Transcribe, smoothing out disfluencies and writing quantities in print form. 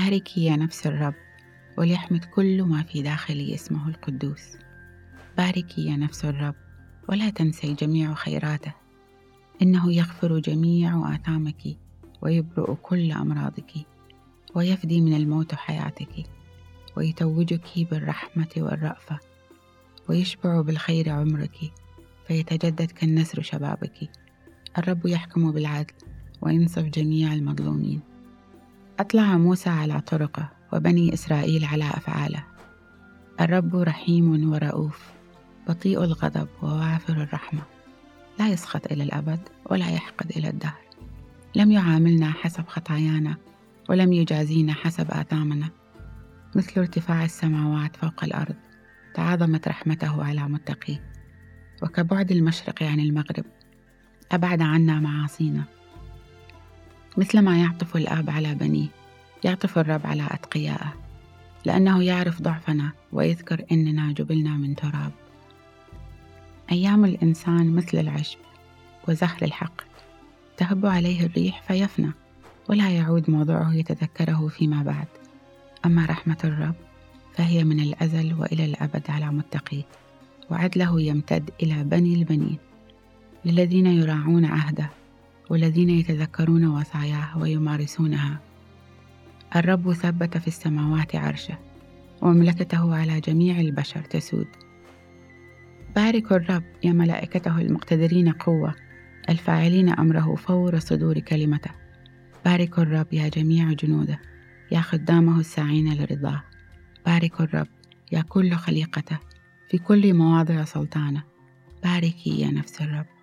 باركي يا نفس الرب، وليحمد كل ما في داخلي اسمه القدوس. باركي يا نفس الرب، ولا تنسي جميع خيراته، إنه يغفر جميع آثامك، ويبرئ كل أمراضك، ويفدي من الموت حياتك، ويتوجك بالرحمة والرأفة، ويشبع بالخير عمرك، فيتجدد كالنسر شبابك. الرب يحكم بالعدل، وينصف جميع المظلومين. أطلع موسى على طرقه، وبني إسرائيل على أفعاله. الرب رحيم ورؤوف، بطيء الغضب ووافر الرحمة، لا يسخط إلى الأبد ولا يحقد إلى الدهر. لم يعاملنا حسب خطايانا، ولم يجازينا حسب آثامنا. مثل ارتفاع السماوات فوق الأرض تعاظمت رحمته على متقيه، وكبعد المشرق عن المغرب أبعد عنا معاصينا. مثل ما يعطف الآب على بنيه، يعطف الرب على أتقيائه، لأنه يعرف ضعفنا ويذكر إننا جبلنا من تراب. أيام الإنسان مثل العشب وزهر الحق، تهب عليه الريح فيفنى، ولا يعود موضعه يتذكره فيما بعد. أما رحمة الرب فهي من الأزل وإلى الأبد على متقيه، وعدله يمتد إلى بني البنين، للذين يراعون عهده، والذين يتذكرون وصاياه ويمارسونها. الرب ثبت في السماوات عرشه، ومملكته على جميع البشر تسود. باركوا الرب يا ملائكته المقتدرين قوة، الفاعلين أمره فور صدور كلمته. باركوا الرب يا جميع جنوده، يا خدامه الساعين لرضاه. باركوا الرب يا كل خليقته في كل مواضع سلطانه. باركي يا نفس الرب.